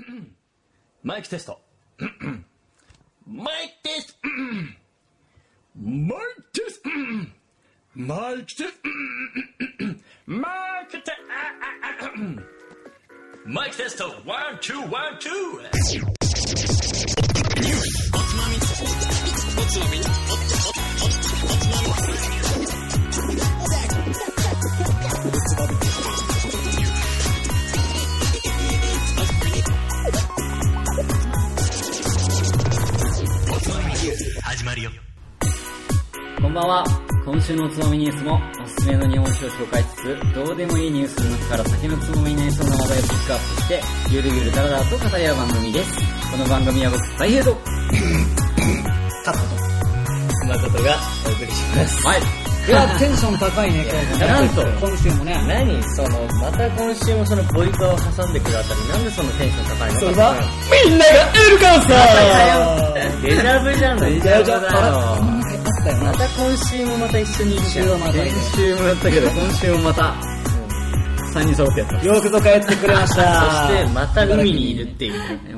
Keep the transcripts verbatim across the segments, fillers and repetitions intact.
マイクテストマイクテストマイクテストマイクテストマイクテストマイクテストワンツーワンツーニュースおつまみおつまみおつまみ始まるよ。 こんばんは。今週のおつまみニュースもおすすめの日本酒を紹介しつつ、どうでもいいニュースの中から先のつまみになりそうな話題をピックアップして、ゆるゆるだらだらと語り合う番組です。この番組は僕、大平とカットと誠がお送りします。 はい。 いや、テンション高いね、今日もね。 なんと今週もね。 何その、また今週もそのボイパを挟んでくるあたり、なんでそのテンション高いの？ それは、みんながいるからさデジャブじゃん、デジャブだよ。また今週もまた一緒にいるじゃん。 先週もやったけど、今週もまた、さんにん揃ってやった。 よくぞ帰ってくれました。 そして、また海にいるっていう。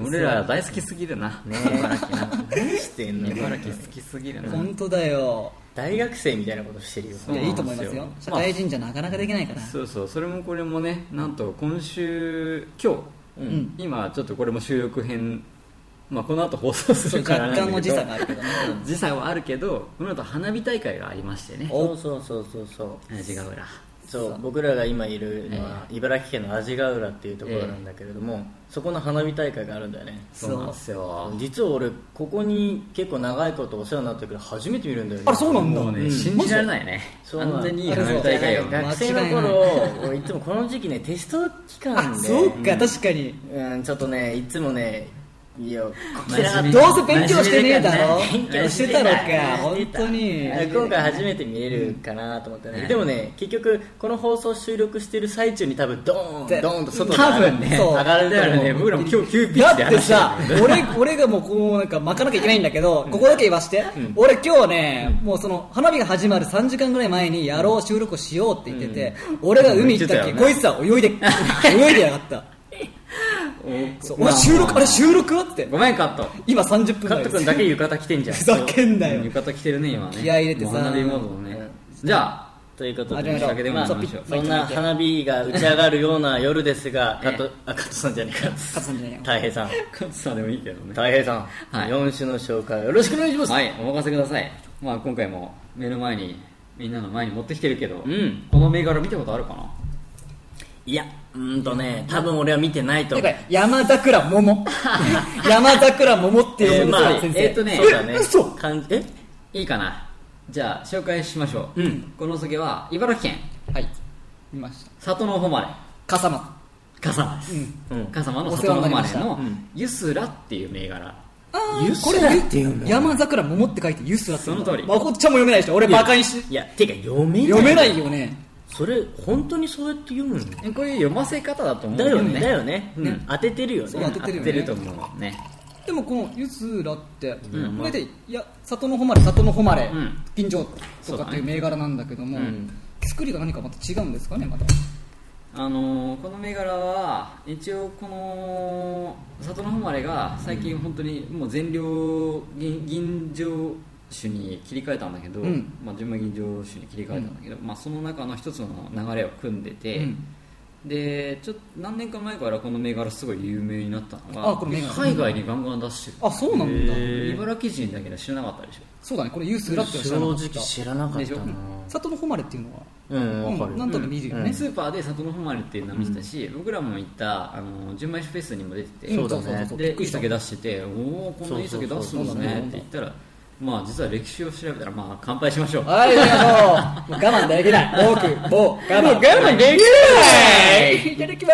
俺ら大好きすぎるな。 ねえ、茨城な。何してんの？ 茨城好きすぎるな。 本当だよ。 大学生みたいなことしてるよ。 いや、いいと思いますよ。社会人じゃなかなかできないから。 そうそう、それもこれもね、なんと今週、今日、うん、今ちょっとこれも収録編、まあこの後放送するからなんだけど、 若干の時差があるけどね。 時差はあるけど、この後花火大会がありましてね。 そうそうそうそうそう。 味ヶ浦。 そう、僕らが今いるのは茨城県の味ヶ浦っていうところなんだけれども、えー、そこの花火大会があるんだよね。 そうなんですよ。 実は俺ここに結構長いことお世話になってるけど初めて見るんだよね。 あ、そうなんだ。 もうね、 うん、 信じられないね。完全にいい花火大会よ。 学生の頃いつもこの時期ねテスト期間で、 そうか、確かに、 うん、ちょっとねいつもねいや、どうせ勉強してねえだろ。勉強してたのか、本当に。 今回初めて見れるかなと思ったね。でもね、結局この放送収録してる最中に多分ドーンドーンと外で多分ね上がるからね。 僕らも今日急ピッチでだってさ、俺俺がもうこうなんか巻かなきゃいけないんだけど、ここだけ言わして。俺今日ね、もうその花火が始まるさんじかんぐらい前にやろう収録をしようって言ってて、俺が海行ったっけ、こいつさ泳いで泳いでやがった。そう俺収録あれ収録はってごめんカット今さんじゅっぷんカット君だけ浴衣着てんじゃん。 ふざけんなよ。 浴衣着てるね今ね。 気合い入れてさ花火モードのね。じゃあということで、 まあ、そんな花火が打ち上がるような夜ですが、カットあカットさんじゃねえか。カットさんじゃねえか。大平さん。 カットさんでもいいけどね。 大平さん。はい、よん種の紹介よろしくお願いします。 はい、お任せください。まあ今回も目の前にみんなの前に持ってきてるけど、 うん、 この銘柄見たことあるかな？ いや、うんとね、多分俺は見てないと思う。 山桜桃山桜桃っていうのが、 えー、えー、っとね、 そうだね。 嘘感じえいいかな。じゃあ紹介しましょう。うん、このお酒は茨城県。 はい。見ました。 里の誉れ。 笠間。 笠間です。うん。笠間の里の誉れのゆすらっていう銘柄。 ゆすらっていうの？山桜桃って書いてゆすらっていうの。 その通り。 まこっちゃんも読めないでしょ。俺バカにし。 いや、てか読めない。 読めないよね。 それ本当にそうやって読むの？ これ読ませ方だと思うだよね。だよね。うん。当ててるよね。 当ててるよね。 当てると思うね。 でもこのゆすらって、うん、これでいや里の誉れ里の誉れ、うん、銀醸とかっていう銘柄なんだけども、うん、作りが何かまた違うんですかねまた。 あのー、この銘柄は一応この里の誉れが最近本当にもう全量 銀, 銀醸酒に切り替えたんだけど、うん、まあ、純米銀醸酒に切り替えたんだけど、うん、まあ、その中の一つの流れを組んでて、うん、でちょっと何年か前からこの銘柄すごい有名になったのが、海外にガンガン出してる。 あ、そうなんだ。 茨城人だけど知らなかったでしょ。 そうだね、これユースラって知らなかった。 正直知らなかったな。 里の誉れっていうのはうん、わかる、 うん、なんとか見るよね、 うん、スーパーで里の誉れっていうのを見てたし、うん、僕らも行ったあの純米酒フェスにも出てて、 そうだね、 でいい酒出してて、おおこんないい酒出すんですねって言ったら、まあ実は歴史を調べたら、まあ乾杯しましょう。 はい、ありがとう。もう我慢できない。僕もう我慢我慢できない。 いただきます。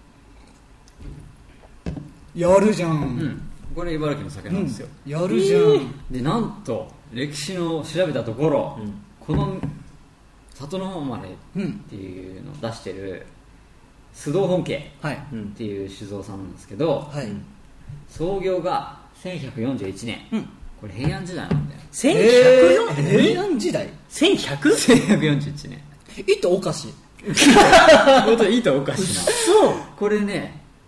やるじゃん、うん、 これ茨城の酒なんですよ、 うん、やるじゃん。 でなんと歴史の調べたところ、うん、この里の誉れっていうのを出してる須藤本家っていう酒造さんなんですけど、はい、創業がせんひゃくよんじゅういちねん、うん、これ平安時代なんだよ。 せんひゃくよんじゅう、 えー、平安時代せんひゃく? せんひゃくよんじゅういちねん。 いとおかし本当にいとおかしな。 そうこれね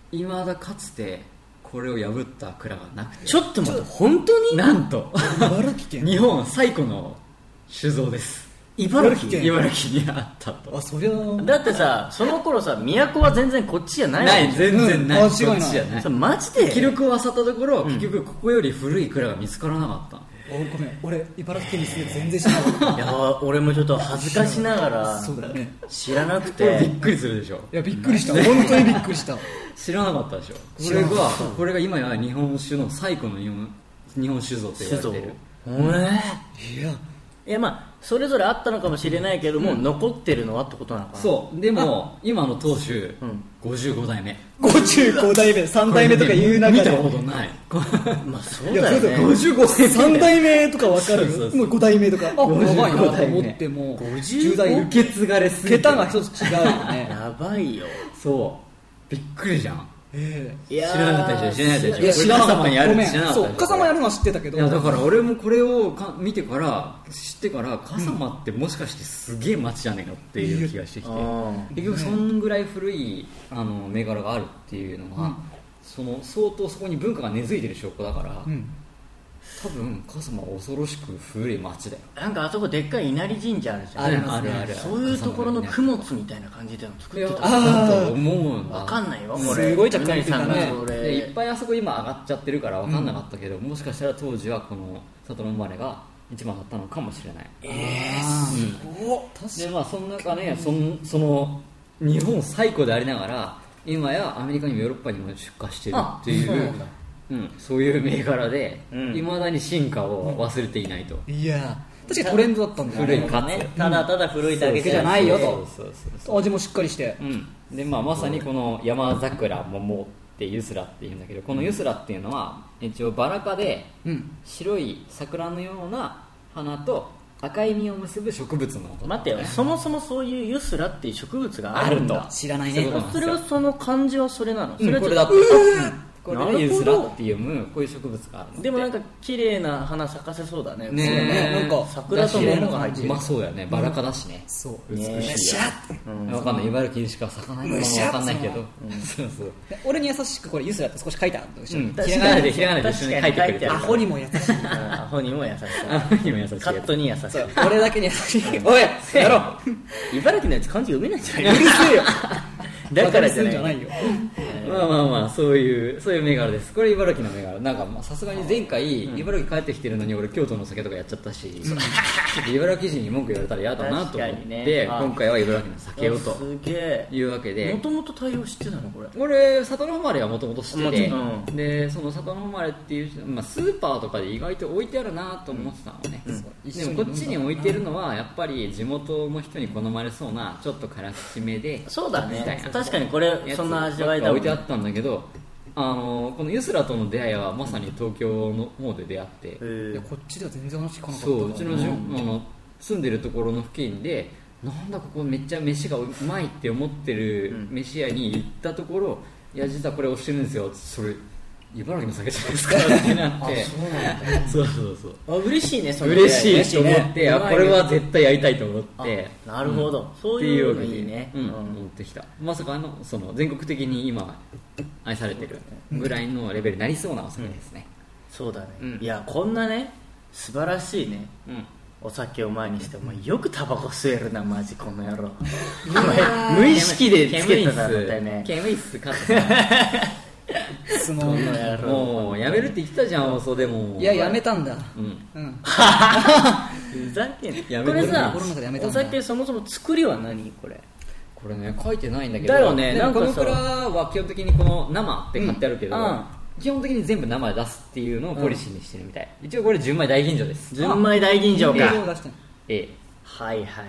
いまだかつてこれを破った蔵がなくて。 ちょっと待って本当になんと茨城県日本最古の酒造です。 茨城県茨城にあったと。 あそりゃだってさその頃さ都は全然こっちじゃないない、全然ない、 うん、間違いない。 こっちじゃない。 それマジで記録を漁ったところ、結局ここより古い蔵が見つからなかった。 おごめん俺茨城県に住んで全然知らなかっいや俺もちょっと恥ずかしながらたそうだね知らなくこれびてっくりするでしょ。 いやびっくりした本当にびっくりした知らなかったでしょ。こ知らなかれがったこれが今や日本酒の最古の日本日本酒造と言われている。 えいやいやまあそれぞれあったのかもしれないけども、うん、残ってるのはってことなのかな。 そうでも今の当主、うん、ごじゅうご代目ごじゅうご代目さん代目とか言う中で見たことないまあそうだよねごじゅうごさん代目とか分かるそうそうそうもうご代目とかあやばいなと思ってももうじゅう代受け継がれすぎて桁が一つ違うよねやばいよ。 そうびっくりじゃん。 えー、いや知らなかったでしょ。知らなかったでしょ。 いや知らなかった。 にあるごめん知らなかったそう笠間やるのは知ってたけどいやだから俺もこれをか見てから知ってから笠間ってもしかしてすげえ街じゃねえかっていう気がしてきて、 うん、 結局そんぐらい古いあの銘柄があるっていうのは、うん、その相当そこに文化が根付いてる証拠だから、うん、多分笠間は恐ろしく古い町だよ。 なんかあそこでっかい稲荷神社あるじゃん。 あるあるある。 そういうところの雲みたいな感じでの作ってたと思うんだ。 わかんないよすごい着火さんがねいっぱいあそこ今上がっちゃってるから分かんなかったけど、うん、もしかしたら当時はこの里の生まれが一番だったのかもしれない。 えー、 うん、すごっ。でまあその中ねそのその日本最古でありながら今やアメリカにもヨーロッパにも出荷してるっていううん、そういう銘柄でいま、うん、だに進化を忘れていないと。 いや確かにトレンドだったんだよ古いかつ、ね、 ただただ古いだけじゃないよと味もしっかりして、 うんでまあ、まさにこの山桜桃ってユスラっていうんだけどこのユスラっていうのは一応バラ科で白い桜のような花と赤い実を結ぶ植物のこと。 待ってよそもそもそういうユスラっていう植物があるんだ。 知らないね。 それはその漢字はそれなの、うん、それこれだって、うんこれがユスラっていうこういう植物があるので。 でもなんか綺麗な花咲かせそうだね。 ねえなんか桜と桃が入ってる。 まあそうやねバラ科だしね、 うん、そう美しい、ね、 うん、 分かんない茨城にしか咲かないのかも分かんないけど、うん、そうそう俺に優しくこれユスラって少し書いてあるんだよ、うん、 ひらがなでひらがなで一緒に書いてくれてる。 アホにも優しいアホにも優しいアホにも優しいカットに優しい俺だけに優しいおいやろう茨城のやつ漢字読めないんじゃないうるせえよだからじゃないじゃないよまあまあまあそういうそういう銘柄です。これ茨城の銘柄なんかさすがに前回、うん、茨城帰ってきてるのに俺京都の酒とかやっちゃったし、うん、ちょっと茨城人に文句言われたら嫌だなと思って、ね、今回は茨城の酒をというわけでもともと対応してたのこれ俺里の誉れはもともと知ってて、うん、でその里の誉れっていう、まあ、スーパーとかで意外と置いてあるなと思ってたのね、うん、でもこっちに置いてるのはやっぱり地元の人に好まれそうなちょっと辛口めでそうだねみたいな確かにこれそんな味わいだ置いてあったんだけどあのこのユスラとの出会いはまさに東京の方で出会って、 うん、いやこっちでは全然話聞かなかった。 そううちのじゅ、うん、あの住んでるところの付近でなんだここめっちゃ飯がうまいって思ってる飯屋に行ったところ、うん、いや実はこれ押してるんですよそれ茨城の酒じゃないですかってなってそうなんだそうそうそうあ嬉しいねその嬉しいと思って、ね、あこれは絶対やりたいと思ってなるほど、うん、そういうのいいね、 うんうん、持ってきたまさかのその全国的に今愛されてるぐらいのレベルになりそうなお酒ですね、 うん、そうだね、うん、いやこんなね素晴らしいね、うんお酒を前にしてお前よくタバコ吸えるなマジこの野郎無意識でつけただろうね煙いっすかそのもうやめるって言ってたじゃん放送でもいややめたんだうん、うん、 ふざけんこれさお酒そもそも作りは何これこれね書いてないんだけどだよねなんかこの蔵は基本的にこの生って買ってあるけど、うんうん基本的に全部生で出すっていうのをポリシーにしてるみたい、うん、一応これ純米大吟醸です純米大吟醸かええはいはいはい、はい、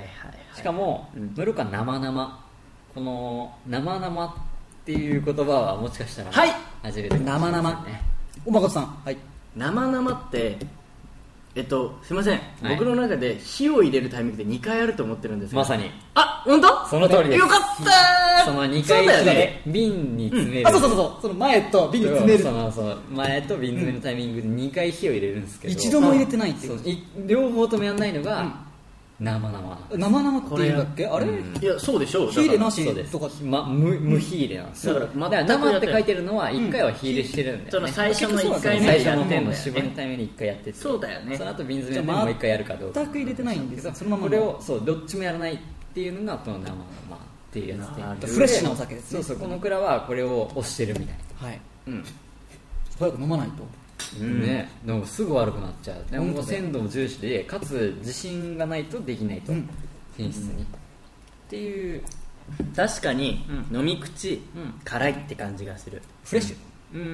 しかも乗るか生々この生々っていう言葉はもしかしたらはい初めて、 ね、生々おまことさんはい生々ってえっとすいません、はい、僕の中で火を入れるタイミングでにかいあると思ってるんですまさにあ本当その通りですよかったそのにかい火で瓶に詰める、 うん、あそうそうそうその前と瓶に詰めるそのその前と瓶詰めるタイミングでにかい火を入れるんですけど、 一度も入れてないっていうそう両方ともやんないのが、 生々 生々っていうんだっけあれ、うん、 いやそうでしょう火入れなしそうですとか、 ま、無, 無火入れなんですよだから、だから生って書いてるのはいっかいは火入れしてるんだよね、 うん、その最初のいっかいめ最初でやの方のってんだよね絞りためにいっかいやっててそうだよねその後瓶詰めでもういっかいやるかどうか全く入れてないんですよそのままこれをそうどっちもやらないっていうのがこの生々っていうやつでフレッシュなお酒ですねそうそうこの蔵はこれを推してるみたいなはい、 うん、 早く飲まないとうんね、でもすぐ悪くなっちゃうでももう鮮度も重視でかつ自信がないとできないと、うん、品質に、うん、っていう確かに、うん、飲み口、うん、辛いって感じがするフレッシュうん、うん、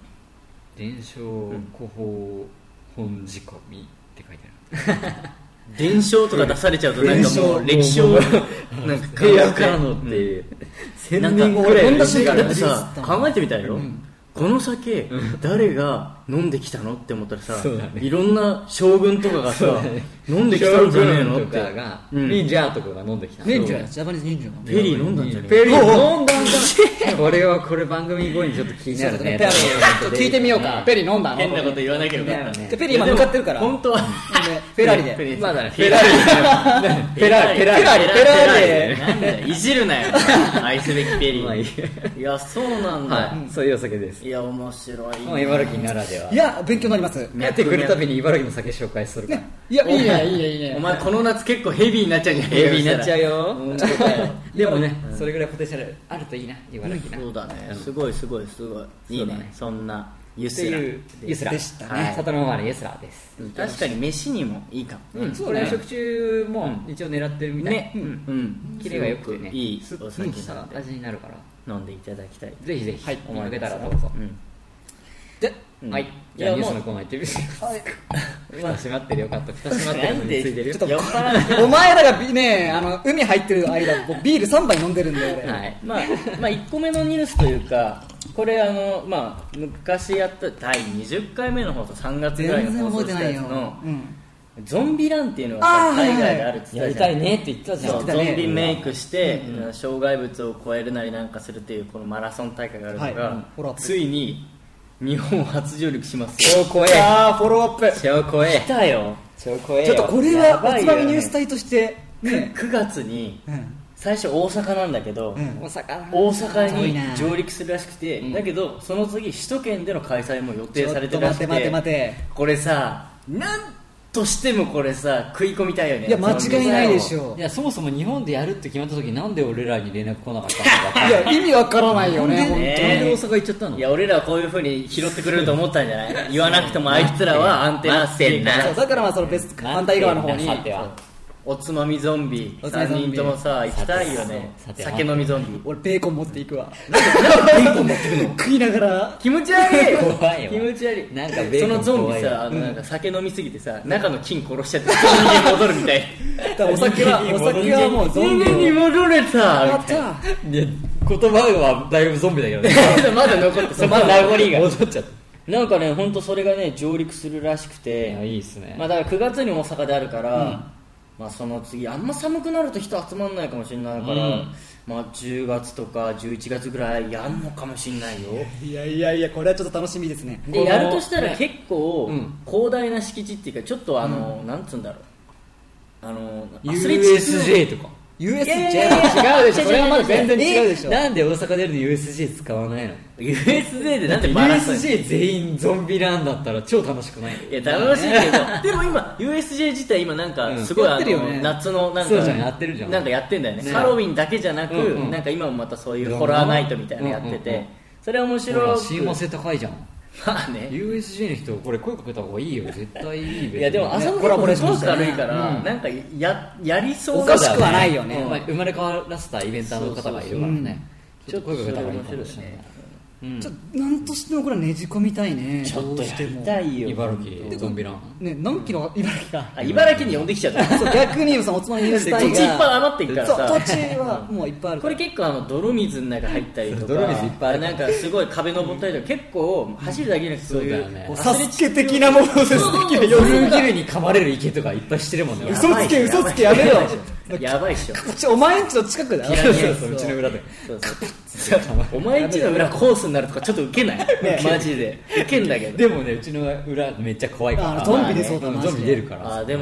伝承古法本仕込みって書いてある伝承とか出されちゃうとなんかもう歴史をなんか平安からのっていうせんねんごぐらいだってさ考えてみたいよ、うんこの酒、うん、誰が飲んできたのって思ったらさ、ね、いろんな将軍とかがさ、ね、飲んできたんじゃねえのってが、うん、忍者とかが飲んできた忍者ジャパニーズ忍者ペリー飲んだんじゃねえペリー飲んだんじゃこれはこれ番組後にちょっと気になるねペリー聞いてみようかペリー飲んだの変なこと言わなきゃよかったねペリー今向かってるから本当はフェラーリでまだねフェラーリフェラーリフェラーリフェラーリフェラーリいじるなよ愛すべきペリーいやそうなんだそういうお酒ですいや面白い茨城ならではいや勉強になりますやってくるたびに茨城の酒紹介するからいやいいねいいねいいねお前この夏結構ヘビーになっちゃうんじゃないヘビーになっちゃうよでもねそれぐらいポテンシャルあるといいな茨城なそうだねすごいすごいすごいいいねそんなユスラユスラでしたね里のままのユスラです確かに飯にもいいかもこれ食中も一応狙ってるみたいねうんキレがよくてねいいお酒なんで味になるから飲んでいただきたいぜひぜひ思いけたらどうぞではいじゃあニュースのコーナー行ってみますまだ閉まってるよかった蓋閉まってるのについてるちょっとお前らがねあの海入ってる間ビールさんばい飲んでるんではい、まあ、まあいっこめのニュースというかこれあの、まあ、昔やっただいにじゅっかいめの放送さんがつぐらいの放送したやつのゾンビランっていうのが海外であるって言ってたじゃんやりたいねって言ったじゃんゾンビメイクして、うん、障害物を超えるなりなんかするっていうこのマラソン大会があるのが、はい、ついに日本初上陸します超怖えあーフォローアップ超怖え来たよ超怖えちょっとこれはおつまみニュース隊として、 ね、くがつに、うん、最初大阪なんだけど、うん、 大阪大阪に上陸するらしくて、うん、だけどその次首都圏での開催も予定されてるらしくて待て待て待てこれさなんとしてもこれさ食い込みたいよねいや間違いないでしょいやそもそも日本でやるって決まった時なんで俺らに連絡来なかったのかいや意味わからないよね本当になんで大阪行っちゃったのいや俺らはこういう風に拾ってくれると思ったんじゃない言わなくてもあいつらはアンテナってんなそうだからまあそのベスト反対側の方におつまみゾンビさんにんともさ行きたいよね酒飲みゾンビ俺ベーコン持っていくわなんでベーコン持ってくの食いながら気持ち悪い怖いよ気持ち悪いなんかベーコンそのゾンビさあのなんか酒飲みすぎてさ中の菌殺しちゃって人間に戻るみたいお酒はお酒はもうゾンビ人間に戻れたやったいや言葉はだいぶゾンビだけどねまだ残ってまだ名残が戻っちゃったなんかね本当それがね上陸するらしくていやいいっすねまあだからくがつに大阪であるから、うんまあ、その次あんま寒くなると人集まんないかもしれないから、うんまあ、じゅうがつとかじゅういちがつぐらいやんのかもしれないよいやいやいやこれはちょっと楽しみですねでやるとしたら結構広大な敷地っていうかちょっとあの、うん、なんつうんだろうあのユーエスジェー とかユーエスジェー 違うでしょそれはまだ全然違うでしょなんで大阪出るの ユーエスジェー 使わないのユーエスジェー でなんでバラす ユーエスジェー 全員ゾンビランだったら超楽しくないいや楽しいけどでも今 ユーエスジェー 自体今なんかすごい、うん、あの、ね、夏のなんかそうじゃんやってるじゃんなんかやってんだよね、ね、ハロウィンだけじゃなく、うんうん、なんか今もまたそういうホラーナイトみたいなのやってて、うんうんうん、それは面白い親和性高いじゃんまあねユーエスジェー の人これ声かけた方がいいよ絶対いいいやでも浅野さんもすごく軽いから、うん、なんか や, やりそうおかしくはないよね、 うんまあ、生まれ変わらせたイベンターの方がいるからねちょっと声かけた方がいいかもしれないうん、ちょなんとしてもこれはねじ込みたいねちょっとやりたいよ茨城ゾンビランね何キロ茨城かあ茨城に呼んできちゃったそう逆にそのおつまみニュース隊が土地いっぱい余っていくからさそう土地はもういっぱいあるこれ結構あの泥水の中入ったりとか泥水いっぱいあるなんかすごい壁登ったりとか結構走るだけじゃなくてそういうねサスケ的なものですねブルーギルに噛まれる池とかいっぱいしてるもんね嘘つけ嘘つけやめろやばいっしょお前んちの近くだよそうそうそううちの裏でそうそうお前んちの裏コースになるとかちょっとウケないマジでウケんだけどでもねうちの裏めっちゃ怖いからゾンビ出そうだなゾンビ出るからあでも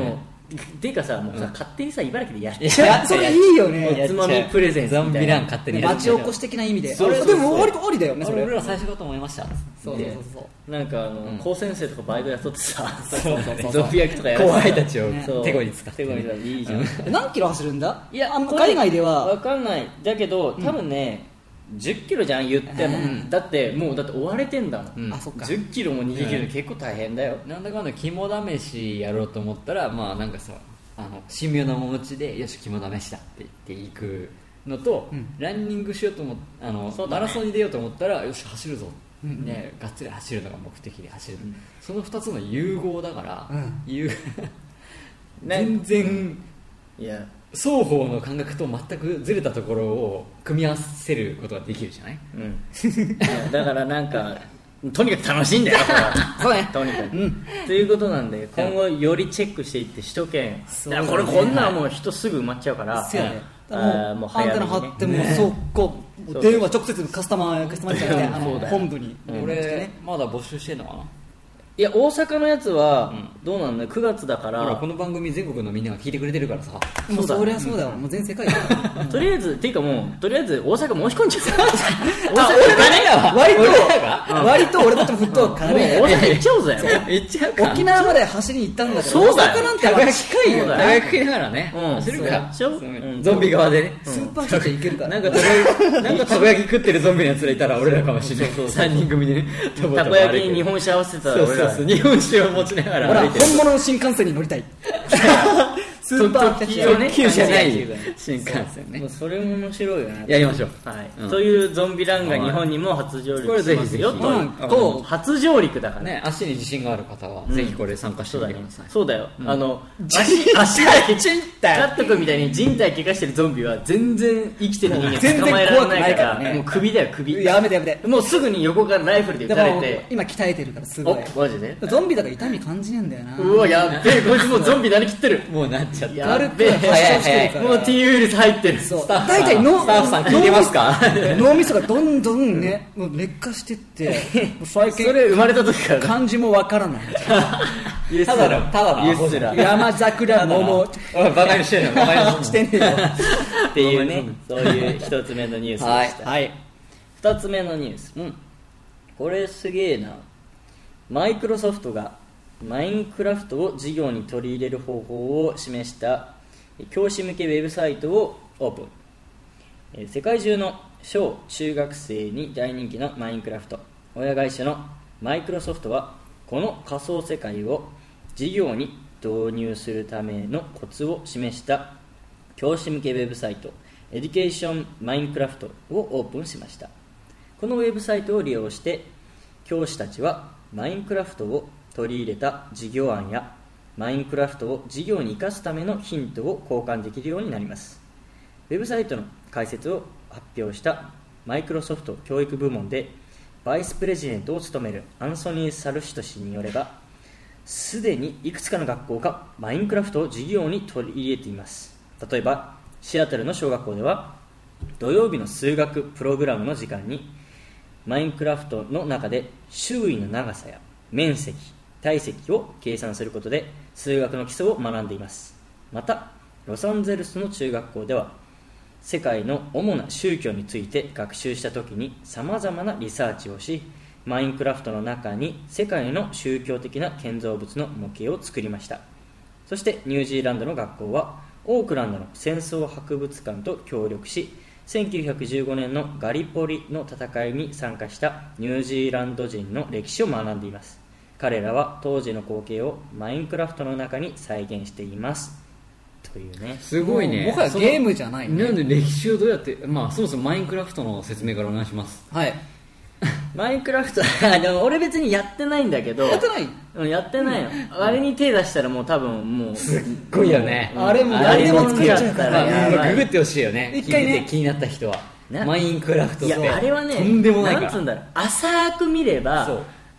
ていうかさもうさ、うん、勝手にさ茨城でやっちゃうそれいいよね。 おつまみプレゼンスみたいなゾンビラン勝手にやっちゃう町おこし的な意味で。それでも割とありだよね。それ俺ら最初かと思いました。 そうそうそうそうなんかあの、うん、高専生とかバイトやっとってさそうそうそうゾンビ焼きとかやる後輩たちを手こいに使って手こいに使っていいじゃん何キロ走るんだ。 いやあんま海外では分かんないだけど多分ね、うん、じゅっキロじゃん言っても、うん、だってもうだって追われてんだもん、うん、 あそっかじゅっキロも逃げ切るの結構大変だよ、 うん、なんだかんだ肝試しやろうと思ったらまあなんかさあの神妙な面持ちでよし肝試しだって言っていくのと、うん、ランニングしようと思っあの、ね、マラソンに出ようと思ったらよし走るぞ、うん、ね、がっつり走るのが目的で走る、うん、そのふたつの融合だから、うん、融全然いや双方の感覚と全くずれたところを組み合わせることができるじゃない、 うん、だからなんかとにかく楽しいんだよそうねとにかく、うん、ということなんで今後よりチェックしていって首都圏、いやこれこんなもう人すぐ埋まっちゃうからそうやね、あもうアンテナ張っても速攻電話直接カスタマーカスタマーじゃなくてあの本部に、 うん、俺まだ募集してんのかな。 いや大阪のやつはどうなんだよくがつだから、 この番組全国のみんなが聞いてくれてるからさもうそりゃそうだよ、うん、もう全世界だとりあえずっていうかもうとりあえず大阪申し込んじゃう大阪割と割と俺たちもフット大阪行っちゃおうぜ行っちゃうか。 沖縄まで走りに行ったんだけどそうだよ大阪なんて近いよ大学来ながらね、 うん、 走るから、 うん、 ゾンビ側でね、 スーパーショット行けるからなんかなんかたこ焼き食ってるゾンビのやつらいたら俺らかもしれないさんにん組でねたこ焼きに日本酒合わせてたら俺らそうそうそう日本酒を持ちながら歩いてる。 本物の新幹線に乗りたいスーパー特急をね急じゃない新幹線ね。 もうそれも面白いよね。 やりましょう。 はい。うん、というゾンビランが日本にも初上陸しますよと。 こう初上陸だからね。足に自信がある方はぜひこれ参加してみてください。 そうだよ。うん、あの足足が人体カット君みたいに人体怪我してるゾンビは全然生きてる人間捕まえられないから、ね、もう首だよ首。 やめてやめて。 もうすぐに横からライフルで撃たれて。 今鍛えてるからすごい。 マジで？ ゾンビだから痛み感じねえんだよな。 うわやっべえこいつもうゾンビなりきってる。 もうなっちゃった。 やっべえ。 早い早いもう T ウイルス入ってる。 そうスタッフさん大体脳スタッフさん聞いてますか脳みそがどんどんね、うん、もう劣化してって最近それ生まれた時から漢字もわからないただのただのアホじゃ山桜桃バカにしてんのバカにしてんねよっていうねそういう一つ目のニュースでした、はいはい、 二つ目のニュース、うん、これすげえな。マイクロソフトがマインクラフトを事業に取り入れる方法を示した教師向けウェブサイトをオープン。世界中の小中学生に大人気のマインクラフト。親会社のマイクロソフトはこの仮想世界を事業に導入するためのコツを示した教師向けウェブサイトエデュケーションマインクラフトをオープンしました。このウェブサイトを利用して教師たちはマインクラフトを取り入れた事業案やマインクラフトを事業に生かすためのヒントを交換できるようになります。ウェブサイトの解説を発表したマイクロソフト教育部門でバイスプレジデントを務めるアンソニー・サルシト氏によれば、すでにいくつかの学校がマインクラフトを授業に取り入れています。例えばシアトルの小学校では土曜日の数学プログラムの時間にマインクラフトの中で周囲の長さや面積体積を計算することで数学の基礎を学んでいます。またロサンゼルスの中学校では世界の主な宗教について学習したときにさまざまなリサーチをし、マインクラフトの中に世界の宗教的な建造物の模型を作りました。そしてニュージーランドの学校はオークランドの戦争博物館と協力し、せんきゅうひゃくじゅうごねんのガリポリの戦いに参加したニュージーランド人の歴史を学んでいます。彼らは当時の光景をマインクラフトの中に再現していますというね。 すごいね。 もはやゲームじゃないね。 なんで歴史をどうやって、まあそもそもマインクラフトの説明からお願いします。 はい。 マインクラフトでも俺別にやってないんだけど。 やってない？ うん、やってないよ、うん、あれに手出したらもう多分もうすっごいよね、 うん、あれも誰でも作っちゃうからね。ググってほしいよね。 一回ね、 気になった人はマインクラフトっていやあれはね、 とんでもないから、 なんつうんだろう、浅く見れば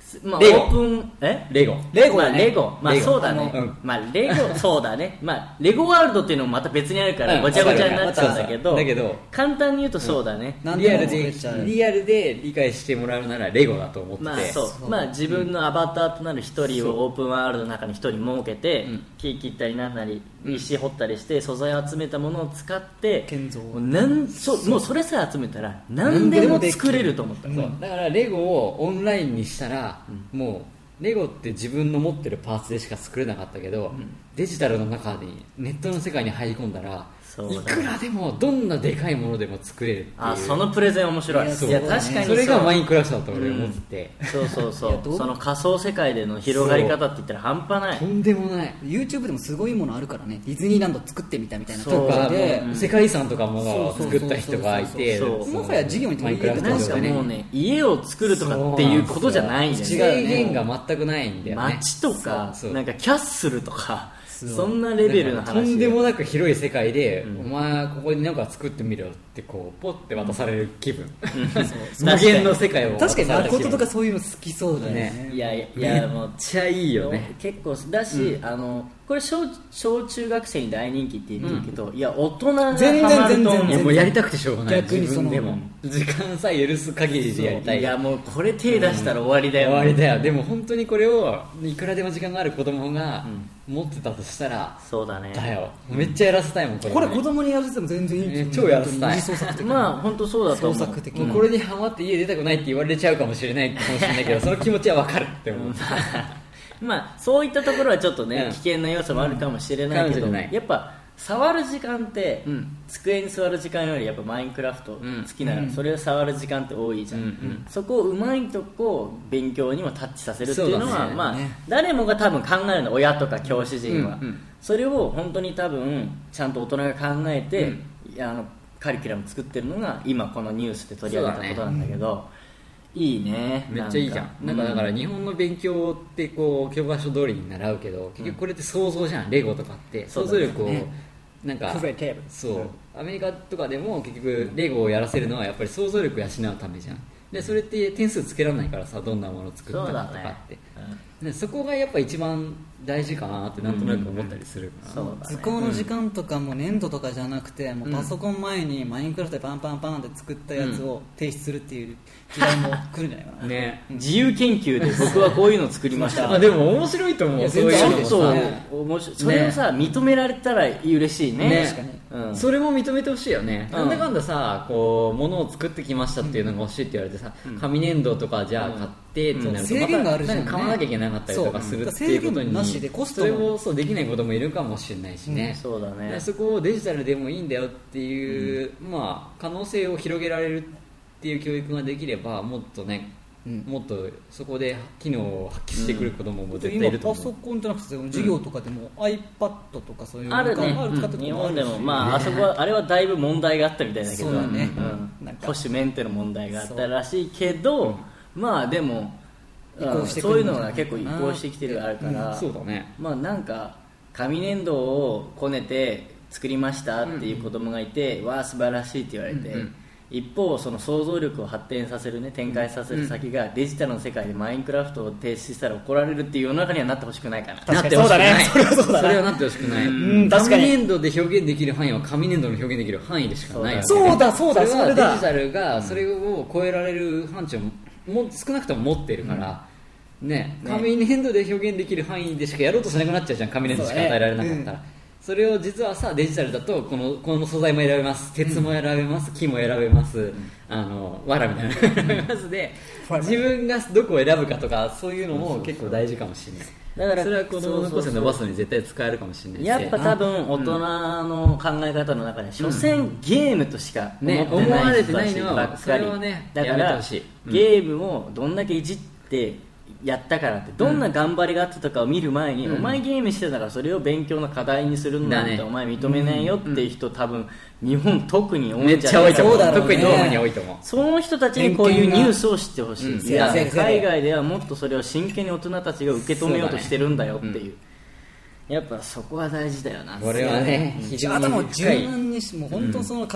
まあ、 レゴオープンえレゴレゴだねまあ、レゴまあレゴそうだね、 うんまあレゴそうだねまあレゴワールドっていうのもまた別にあるからうんごちゃごちゃになっちゃうんだけど、 だけど簡単に言うとそうだね、 何でもリアルで作れちゃうリアルで理解してもらうならレゴだと思ってて、 まあそうそうまあ自分のアバターとなる一人をオープンワールドの中に一人設けて、 うん木切ったりなんなり石掘ったりして素材を集めたものを使って建造もうなんそもうそれさえ集めたら何でも作れると思った、 そうだからレゴをオンラインにしたら、もうレゴって自分の持ってるパーツでしか作れなかったけど、デジタルの中にネットの世界に入り込んだらそうだねいくらでもどんなでかいものでも作れるっていうあそのプレゼン面白いいやいそうだねや確かにそれがマインンクラフトだと俺思ってて、 そうそうそいやどううその仮想世界での広がり方って言ったら半端ないとんでもない YouTube でもすごいものあるからねディズニーランド作ってみたみたいなそうとかでもう世界遺産とかも作った人がいてそうそうそうそうもはや事業に取り入れてなんかもうね家を作るとかっていうことじゃないんだよね制限が全くないんだよね街とかそうそうなんかキャッスルとかそんなレベルの話とんでもなく広い世界で、 うんお前ここに何か作ってみろってこうポッて渡される気分、 そう無限の世界を渡さ確かにれる気分誠とかそういうの好きそうだよねねいやいやいめやもうっちゃいいよね結構だし、あのこれ小小中学生に大人気って言ってるけど、いや大人がハマると全然全然思ういやもうやりたくてしょうがない逆にその自分でも時間さえ許す限りでやりたいいやもうこれ手出したら終わりだよ、 終わりだよでも本当にこれをいくらでも時間がある子供が持ってたとしたら、 そうだねだよめっちゃやらせたいもんこれこれ子供にやらせても全然いいえ超やらせたい二次創作的なまあ本当そうだと思う創作的なもうこれにハマって家出たくないって言われちゃうかもしれないかもしれないけどその気持ちは分かるって思うまあそういったところはちょっとね、 うん危険な要素もあるかもしれないけど、 かもしれないやっぱ触る時間って、 うん机に座る時間よりやっぱマインクラフト好きなら、 うんそれを触る時間って多いじゃん、 うんうんそこをうまいとこ勉強にもタッチさせるっていうのはそうだねまあ、 ね誰もが多分考えるの親とか教師陣は、 うんうんそれを本当に多分ちゃんと大人が考えて、いやあのカリキュラム作ってるのが今このニュースで取り上げたことなんだけどいいねめっちゃいいじゃんなんかだから日本の勉強ってこう教科書通りに習うけど結局これって想像じゃんレゴとかって想像力をなんかクレテーブそうアメリカとかでも結局レゴをやらせるのはやっぱり想像力を養うためじゃんでそれって点数つけられないからさどんなものを作ったかとかってでそこがやっぱ一番大事かなってなんとなく思ったりするから、 そうだね図工の時間とかも粘土とかじゃなくて、もうパソコン前にマインクラフトでパンパンパンって作ったやつを提出するっていう時代も来るんじゃないかな、 ね自由研究で僕はこういうのを作りましたあでも面白いと思いうやそういう全然ありのちょっとね面白いそれをさ、認められたら嬉しいねね確かにうん、 それも認めてほしいよね、 うんなんだかんださこう物を作ってきましたっていうのが欲しいって言われてさ、紙粘土とかじゃあ買ってってなると、 うん制限があるじゃんねまたなんか買わなきゃいけなかったりとかするっていうことにそう制限なしでコストもそれをそうできないこともいるかもしれないしね、 そうだねでそこをデジタルでもいいんだよっていう、まあ、可能性を広げられるっていう教育ができればもっとね、 うんもっとそこで機能を発揮してくる子供も絶対い今ると思う、 パソコンじゃなくて授業とかでも iPad とかそういうあるね、 なんか使ってる日とこもあるし本でも、まあ、あそこはあれはだいぶ問題があったみたいだけどそうだねんなんか保守メンテの問題があったらしいけど、まあでも、 移行してくそういうるんじゃないのが結構移行してきてるあるから、 そうだねまあなんか紙粘土をこねて作りましたっていう子供がいて、わあ素晴らしいって言われて、 うんうん一方その想像力を発展させるね展開させる先がデジタルの世界でマインクラフトを停止したら怒られるっていう世の中にはなってほしくないかな。 なってほしくない確かにそうだねそれはそうだねそれはなってほしくない、 うん確かに紙粘土で表現できる範囲は紙粘土の表現できる範囲でしかないわけそうだそうだそれそれだはデジタルがそれを超えられる範疇をも少なくとも持っているから、ね、紙粘土で表現できる範囲でしかやろうとしなくなっちゃうじゃん紙粘土しか与えられなかったら、それを実はさデジタルだとこのこの素材も選べます鉄も選べます、木も選べます、あの藁みたいなの選べますで自分がどこを選ぶかとかそういうのも結構大事かもしれないだからそれは子供の個性伸ばすのに絶対使えるかもしれないしやっぱ多分大人の考え方の中で所詮ゲームとしか思ってね思わない人たれてないのはちばっかそれりはねだからやめてほしいうんゲームをどんだけいじってやったからってどんな頑張りがあったとかを見る前に、 うんお前ゲームしてたからそれを勉強の課題にするんだってだねお前認めないよっていう人多分日本特に多めっいんじゃないかちゃ多いと思うそうだろうね特にドームに多いと思うその人たちにこういうニュースを知ってほしい、 偏見がいやうん海外ではもっとそれを真剣に大人たちが受け止めようとしてるんだよっていうそうだねやっぱそこは大事だよなこれはね非常にあともう柔深い軟にしもう本当その課題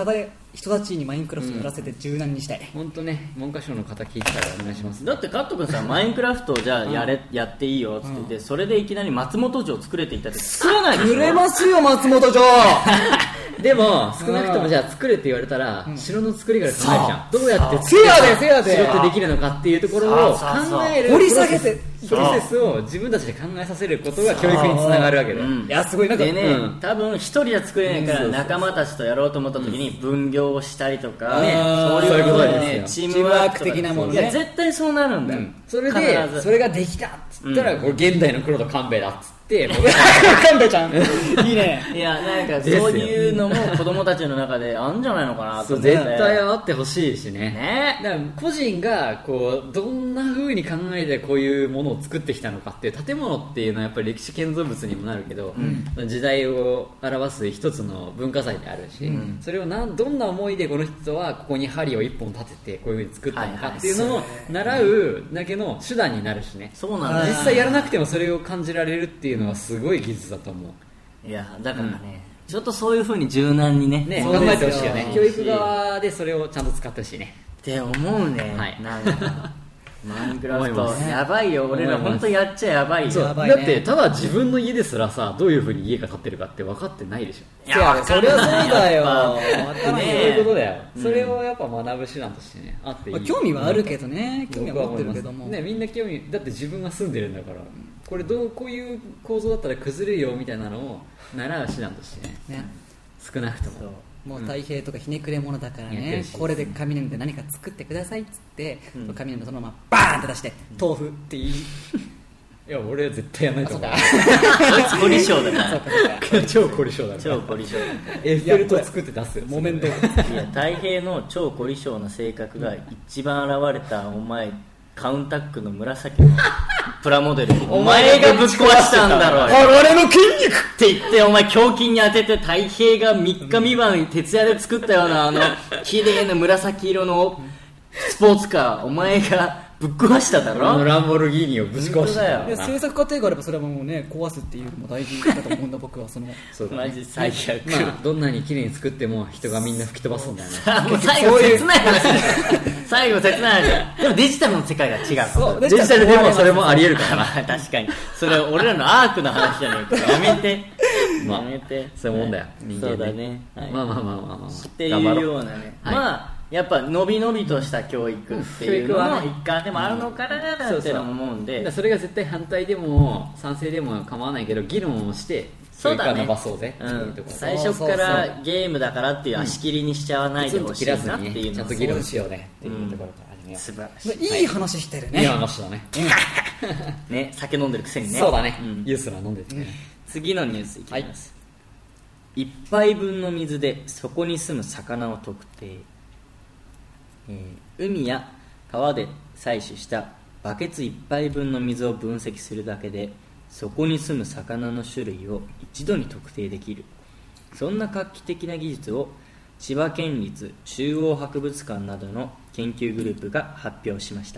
人たちにマインクラフトやらせて柔軟にしたい。 本当ね、文科省の方聞いてたらお願いします。 だってカット君さマインクラフトをじゃあやれ、うん、やっていいよっつってて、うん、それでいきなり松本城作れていったって作らないでしょ。 作れますよ松本城でも少なくともじゃあ作れって言われたら、うん、城の作りから考えるじゃん。どうやってせやでせやで城ってできるのかっていうところを考える掘り下げてプロセスを自分たちで考えさせることが教育につながるわけで、 うん、いやすごいなんかでね、うん、多分一人で作れないから仲間たちとやろうと思った時に分業をしたりとか、ね、そういうことでね、チームワーク的なものね、いや絶対そうなるんだよ、うん、 それでそれができたっつったら、うん、これ現代の黒田官兵衛だっつって官兵衛ちゃんいいね。 いやなんかそういうのも子供たちの中であるんじゃないのかなと思って。 絶対あってほしいしね。ね、だから個人がこうどんな風に考えてこういうものを作ってきたのかっていう、建物っていうのはやっぱり歴史建造物にもなるけど、うん、時代を表す一つの文化財であるし、うん、それをなんどんな思いでこの人はここに針を一本立ててこういう風に作ったのかっていうのを習うだけの手段になるしね。 そうなんだ。 実際やらなくてもそれを感じられるっていうのはすごい技術だと思う。 いやだからね、うん、ちょっとそういう風に柔軟に ね, ね考えてほしいよね。教育側でそれをちゃんと使ってほしいねって思うね、はい、なんかマインクラフトやばいよ。俺ら本当やっちゃやばいよ。 そうやばいね。だってただ自分の家ですらさ、どういう風に家が建ってるかって分かってないでしょ。 いやそりゃそうだよ。 分かんない。そういうことだよ、うん、それをやっぱ学ぶ手段としてねあっていい、まあ、 興味はあるけどね、興味は持ってるけどもね、みんな興味だって自分が住んでるんだから、これどうこういう構造だったら崩れるよみたいなのを習う手段として ね, ね少なくとももう太平とかひねくれ者だからね、うん、これで紙粘土で何か作ってくださいっつって、うん、紙粘土そのままバーンって出して、うん、豆腐って言いいや俺は絶対やらないと思う。 凝り性だな。 超凝り性だな。 超凝り性。 エッフェル塔作って出すよ。 木綿豆腐。いや太平の超凝り性な性格が一番現れたお前カウンタックの紫のプラモデルお前がぶっ壊したんだろう。 俺の筋肉って言ってお前胸筋に当てて太平がみっかみばん徹夜で作ったようなあの綺麗な紫色のスポーツカーお前がぶっ壊しただろ。 あのランボルギーニをぶち壊したよ。 制作過程があればそれはもうね壊すっていうのも大事だと思うんだ僕はそのそうだ、 ね、マジ最悪、 まあ、どんなに綺麗に作っても人がみんな吹き飛ばすんだよね。 もう最後切ない話最後切ない話でもデジタルの世界が違う。 そうデジタルでもそれもありえるからまあ確かにそれ俺らのアークの話じゃねえか。やめてまあ、 やめてそういうもんだよ、人間ね。 そうだね、はい、 まあまあまあまあまあっていうようなね、はい、まあやっぱ伸び伸びとした教育っていうのの一環でもあるのかなって思うんで、 それが絶対反対でも賛成でも構わないけど議論をして教育は伸ばそうぜっていうところ、 最初からゲームだからっていう足切りにしちゃわないでほしいなっていうのをちゃんと議論しようねっていうところから始めよう。 素晴らしい、 いい話してるね。 いい話だねね、酒飲んでるくせにね。 そうだね、ユースら飲んでてね。 次のニュースいきます。一杯分の水でそこに住む魚を特定。えー、海や川で採取したバケツいっぱい分の水を分析するだけでそこに住む魚の種類を一度に特定できる、そんな画期的な技術を千葉県立中央博物館などの研究グループが発表しました。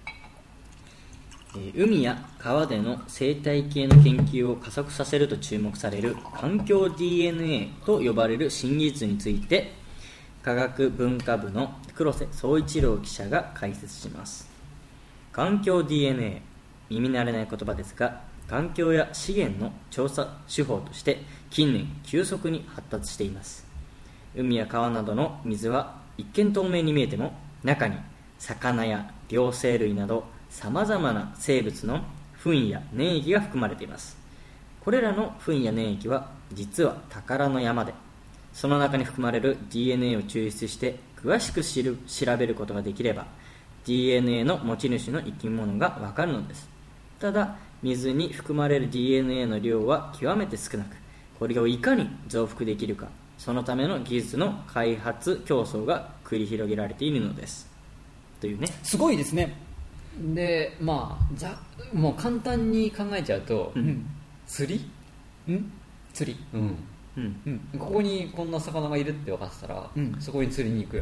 えー、海や川での生態系の研究を加速させると注目される環境 ディーエヌエー と呼ばれる新技術について科学文化部の黒瀬総一郎記者が解説します。環境 ディーエヌエー、 耳慣れない言葉ですが、環境や資源の調査手法として近年急速に発達しています。海や川などの水は一見透明に見えても中に魚や両生類などさまざまな生物の糞や粘液が含まれています。これらの糞や粘液は実は宝の山で、その中に含まれる ディーエヌエー を抽出して詳しく知る調べることができれば ディーエヌエー の持ち主の生き物がわかるのです。ただ水に含まれる ディーエヌエー の量は極めて少なく、これをいかに増幅できるか、そのための技術の開発競争が繰り広げられているのですというね。 すごいですね。 でまあざもう簡単に考えちゃうと、うん、釣り、 うん、釣り、 うんうんうん、ここにこんな魚がいるって分かってたら、うん、そこに釣りに行くよね。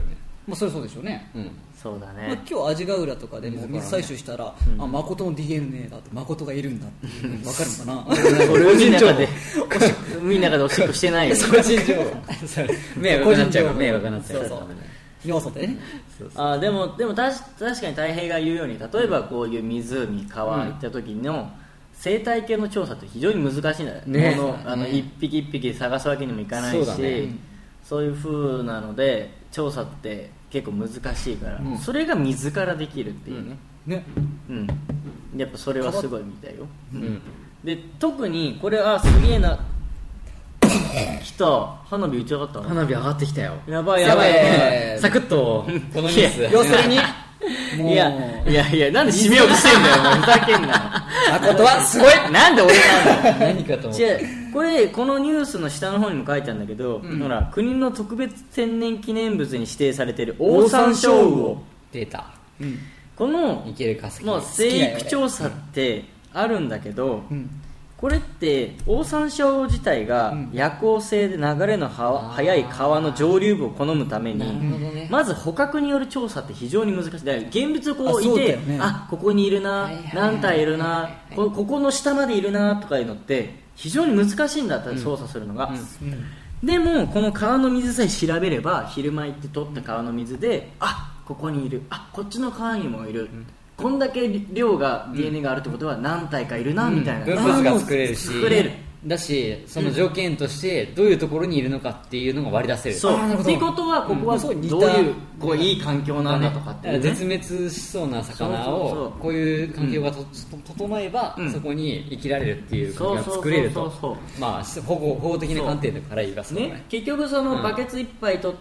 まあそれそうでしょうね、 うん、そうだね、 まあ、今日味ヶ浦とかでも水採取したら、うん、あ誠の ディーエヌエー だって誠がいるんだって分かるのかなこれ海の中で海の中でおしっこしてないよ個人情報迷惑になっちゃうから迷惑になっちゃうからそうそう要素でねそうそうあでもでもたし確かに太平が言うように例えばこういう湖川行った時の生態系の調査って非常に難しいんだよね、このあの一匹一匹探すわけにもいかないし そう,、ね、そういう風なので調査って結構難しいから、うん、それが水からできるっていうね、 うんねうん、やっぱそれはすごいみたいよ、うん、で特にこれはすげえな来た花火打ち上がった花火上がってきたよやばいやばい、 えー、サクッとこのニュース要するにいやいやいやなんで締めようとしてんだよお前ふざけんな誠はすごいなんで俺なんだよ何かと思って違うこれこのニュースの下の方にも書いてあるんだけど、うん、ほら国の特別天然記念物に指定されているオオサンショウウオ出た、 うん、このいける化石もう生育調査ってあるんだけど、うん、これってオオサンショウウオ自体が夜行性で流れの速い川の上流部を好むために、ね、まず捕獲による調査って非常に難しい。だから現物こういて あ,、ね、あここにいるな、何体いるな、ここの下までいるなとかいうのって非常に難しいんだった操作するのが、うんうんうん、でもこの川の水さえ調べれば昼間行って取った川の水であここにいるあこっちの川にもいる、うん、こんだけ量が ディーエヌエー があるってことは何体かいるな、うん、みたいな分布図が作れるし作れるだしその条件としてどういうところにいるのかっていうのが割り出せる、 そうってことはここはどういうこういい環境なんだとかっていう、ね、 絶滅しそうな魚をこういう環境がと、うん、整えば、うん、そこに生きられるっていう環境が作れるとまあ保護保護的な観点から言いますね、 ね結局そのバケツ一杯取って、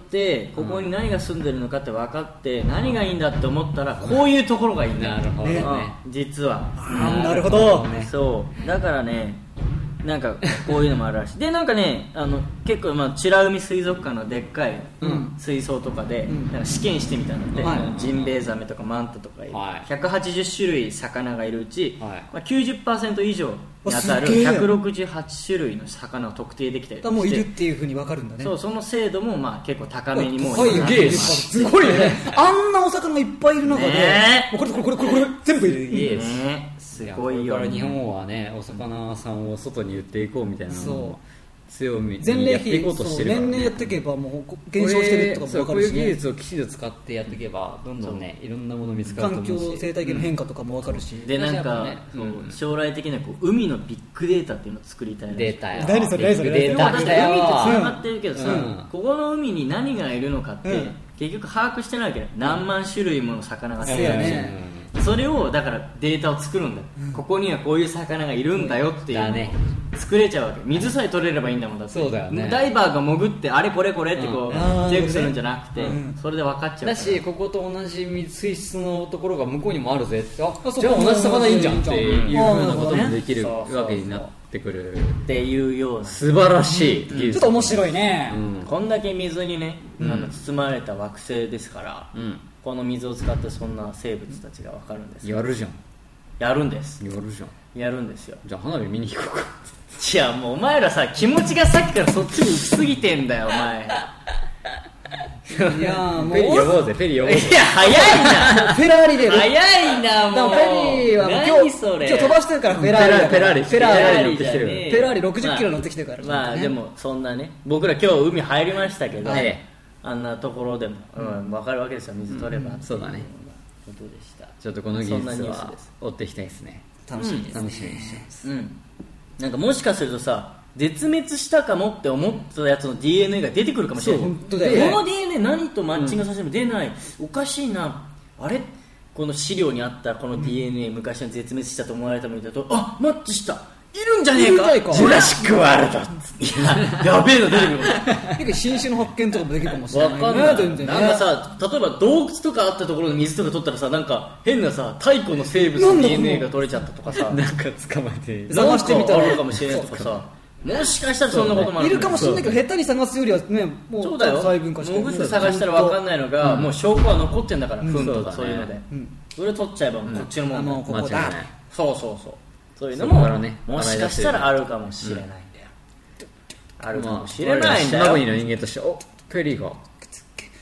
うん、ここに何が住んでるのかって分かって何がいいんだって思ったらこういうところがいいんだよ、 なるほどね、 実はなるほど、 そうだからねなんかこういうのもあるらしいでなんかねあの結構まあ美ら海水族館のでっかい水槽とかで、うん、なんか試験してみたので、はい、ジンベエザメとかマンタとかいる、はい、ひゃくはちじゅっしゅるい魚がいるうち、はいまあ、きゅうじゅっパーセント 以上に当たるひゃくろくじゅうはちしゅるいの魚を特定できたりしてもういるっていうふうに分かるんだね。 そうその精度もまあ結構高めにもういるすごいねあんなお魚がいっぱいいる中で、ね、これこれこれこれこれ全部いるいいねすごいよ、 ね、日本はねお魚さんを外に売っていこうみたいなの強みにやっていこうとしてるから、ね、 年々やっていけばもう減少してるとかも分かるし、ね、 こういう技術をきちんと使ってやっていけばどんどんねいろんなもの見つかると思うし環境生態系の変化とかも分かるし、うん、 でなんか、ねうん、将来的なこう海のビッグデータっていうのを作りたいなデータよ何それ何それデータ海ってつながってるけどさ、うん、ここの海に何がいるのかって、うん、結局把握してないわけだよ何万種類もの魚がいるし、うんそれをだからデータを作るんだ、うん、ここにはこういう魚がいるんだよっていうのを作れちゃうわけ水さえ取れればいいんだもんだってそうだよねダイバーが潜ってあれこれこれってこう、うん、チェックするんじゃなくて、うん、それで分かっちゃうからだしここと同じ水質のところが向こうにもあるぜってあじゃあ同じ魚いいんじゃんっていうふうなこともできるわけになってくるっていうような素晴らしい、 うん、ちょっと面白いね、 うん、こんだけ水にね、うん、あの包まれた惑星ですから、うんこの水を使ってそんな生物たちが分かるんですやるじゃんやるんですやるじゃんやるんですよじゃあ花火見に行こうかいやもうお前らさ気持ちがさっきからそっちに行きすぎてんだよお前いやもうペリ呼ぼうぜペリ呼ぼうぜいや早いなフェラーリで早いなもうペリはもう今日今日飛ばしてるからフェラーリフェラーリフェラーリ乗ってきてるフェラーリろくじゅっキロ乗ってきてるから、 まあ、まあでもそんなね僕ら今日海入りましたけど、はい、あんなところでも、うん、分かるわけですよ水取れば、 うん、そうだねことでしたちょっとこの技術は追っていきたいですね楽しみです、ね、 楽しみにしてます、 うん、なんかもしかするとさ絶滅したかもって思ったやつの ディーエヌエー が出てくるかもしれない本当だよ、ね、 この ディーエヌエー 何とマッチングさせても出ない、うん、おかしいなあれこの資料にあったこの ディーエヌエー、うん、昔の絶滅したと思われたものだとあマッチしたいるんじゃねえかジュラシックワールドいややべえの出てくる結構新種の発見とかもできるかもしれない、 ね、分かんない全然、ね、なんかさ例えば洞窟とかあったところの水とか取ったらさなんか変なさ太古の生物の ディーエヌエー が取れちゃったとかさなんか捕まえて探してみたらあるかもしれないとかさもしかしたらそんなこともある、 ね、いるかもしれないけど下手に探すよりはねもうそうだよ細分化して潜って探したら分かんないのが、うん、もう証拠は残ってんだから糞、うん、とかそういうので、うん、それ取っちゃえばもうこっちのもんだ、うん、 ここだそうそうそうそういうのも、ね、もしかしたらあるかもしれないんだよ、うん、あるかもしれないんだよ、 島国の人間としておペリーが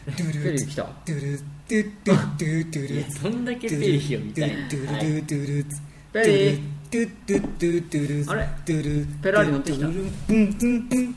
ドゥルペリー来た。 ドゥルドゥドゥドゥドゥルいやどんだけペリーを見たいの。 ドゥルドゥドゥルペリードゥドゥドゥドゥルあれドゥルペラーリ乗ってきた。 ブンブンブンブン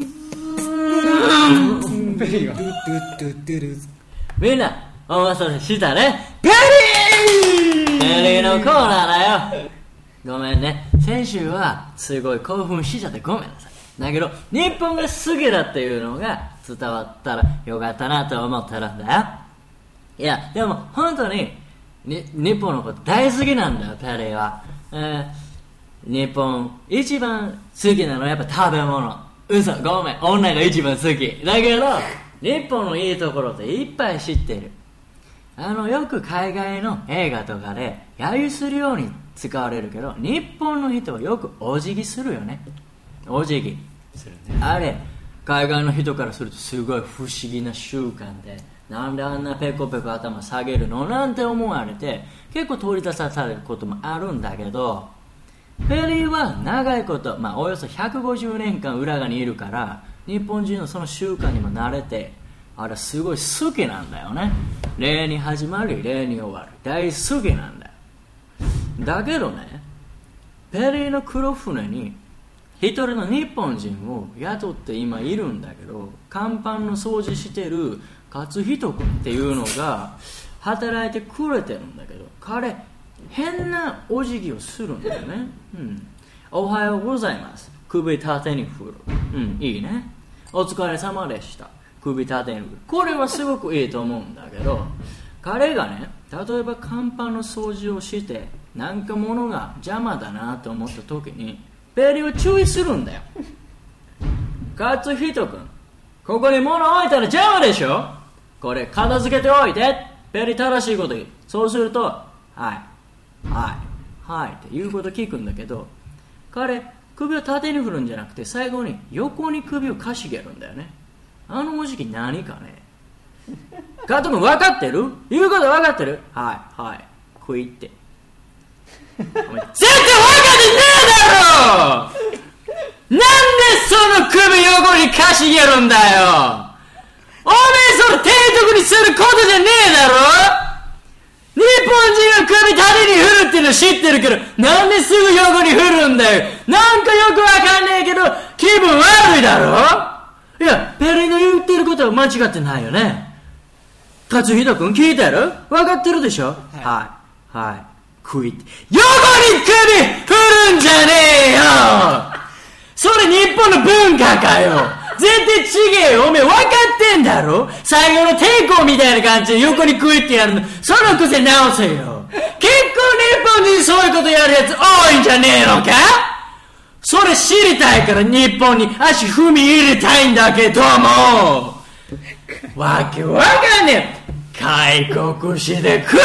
ペリーがドゥドゥドゥドゥルみんなお待たせしたね。ペリーペリーのコーナーだよ。ごめんね、先週はすごい興奮しちゃってごめんなさい。だけど日本が好きだっていうのが伝わったらよかったなと思ってるんだよ。いやでも本当にに日本のこと大好きなんだよ、ペリーは。えー、日本一番好きなのはやっぱ食べ物。嘘、ごめん、女が一番好きだけど日本のいいところっていっぱい知ってる。あのよく海外の映画とかで揶揄するように使われるけど、日本の人はよくお辞儀するよね。お辞儀するね。あれ海外の人からするとすごい不思議な習慣で、なんであんなペコペコ頭下げるのなんて思われて結構取り出されることもあるんだけど、ペリーは長いこと、まあ、およそひゃくごじゅうねんかん裏側にいるから日本人のその習慣にも慣れて、あれすごい好きなんだよね。礼に始まり礼に終わる、大好きなんだよ。だけどね、ペリーの黒船に一人の日本人を雇って今いるんだけど、甲板の掃除してる勝人君っていうのが働いてくれてるんだけど、彼変なお辞儀をするんだよね、うん、おはようございます、首縦に振る、うん、いいね。お疲れ様でした、首縦に振る。これはすごくいいと思うんだけど、彼がね、例えば甲板の掃除をしてなんか物が邪魔だなと思った時にペリーは注意するんだよ。勝人君、ここに物置いたら邪魔でしょ、これ片付けておいて。ペリー正しいこと言う。そうするとはいはいはいって言うこと聞くんだけど、彼首を縦に振るんじゃなくて最後に横に首をかしげるんだよね。あのお辞儀何かね。カット君分かってる？言うこと分かってる？はいはい食いってお前絶対分かってねえだろ。なんでその首横にかしげるんだよ。おめえそれ提督にすることじゃねえだろ。日本人が首縦に振るっていうの知ってるけど、なんですぐ横に振るんだよ。なんかよくわかんねえけど気分悪いだろ。いや、ペリーの言ってることは間違ってないよね。勝人君聞いてる？分かってるでしょ。はい、はい、はい、食いって横に首振るんじゃねえよ。それ日本の文化かよ。絶対ちげえよ。おめえ分かってんだろ。最後の抵抗みたいな感じで横に食いってやるの、その癖直せよ。結構日本人そういうことやるやつ多いんじゃねえのか。それ知りたいから日本に足踏み入れたいんだけども、わけわかんねえ。開国してくださいよ。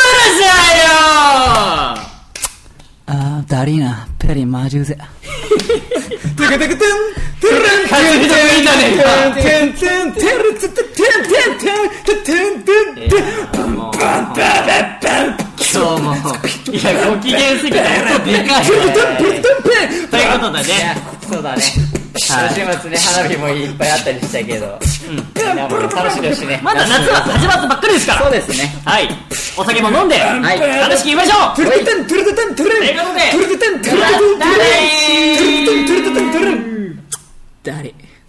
あーだりーな、ペリーマジうぜ。 テケテケテンテン勝人君いたねえか。 テンテンテンテンテンテンテンテンテンもう今日もいやご機嫌すぎて音でかいね。ということでね、 そうだね、週末ね、花火もいっぱいあったりしたけど、うん、みんなも楽しんでほしいね。 まだ夏は始まったばっかりですから。 そうですね。 はい、お酒も飲んで、はい、楽しく言いましょう。 トゥルテントゥルテントゥルテントゥルテントゥルテントゥルテントゥルテントゥルテントゥルテントゥルテントゥルテントゥルテン誰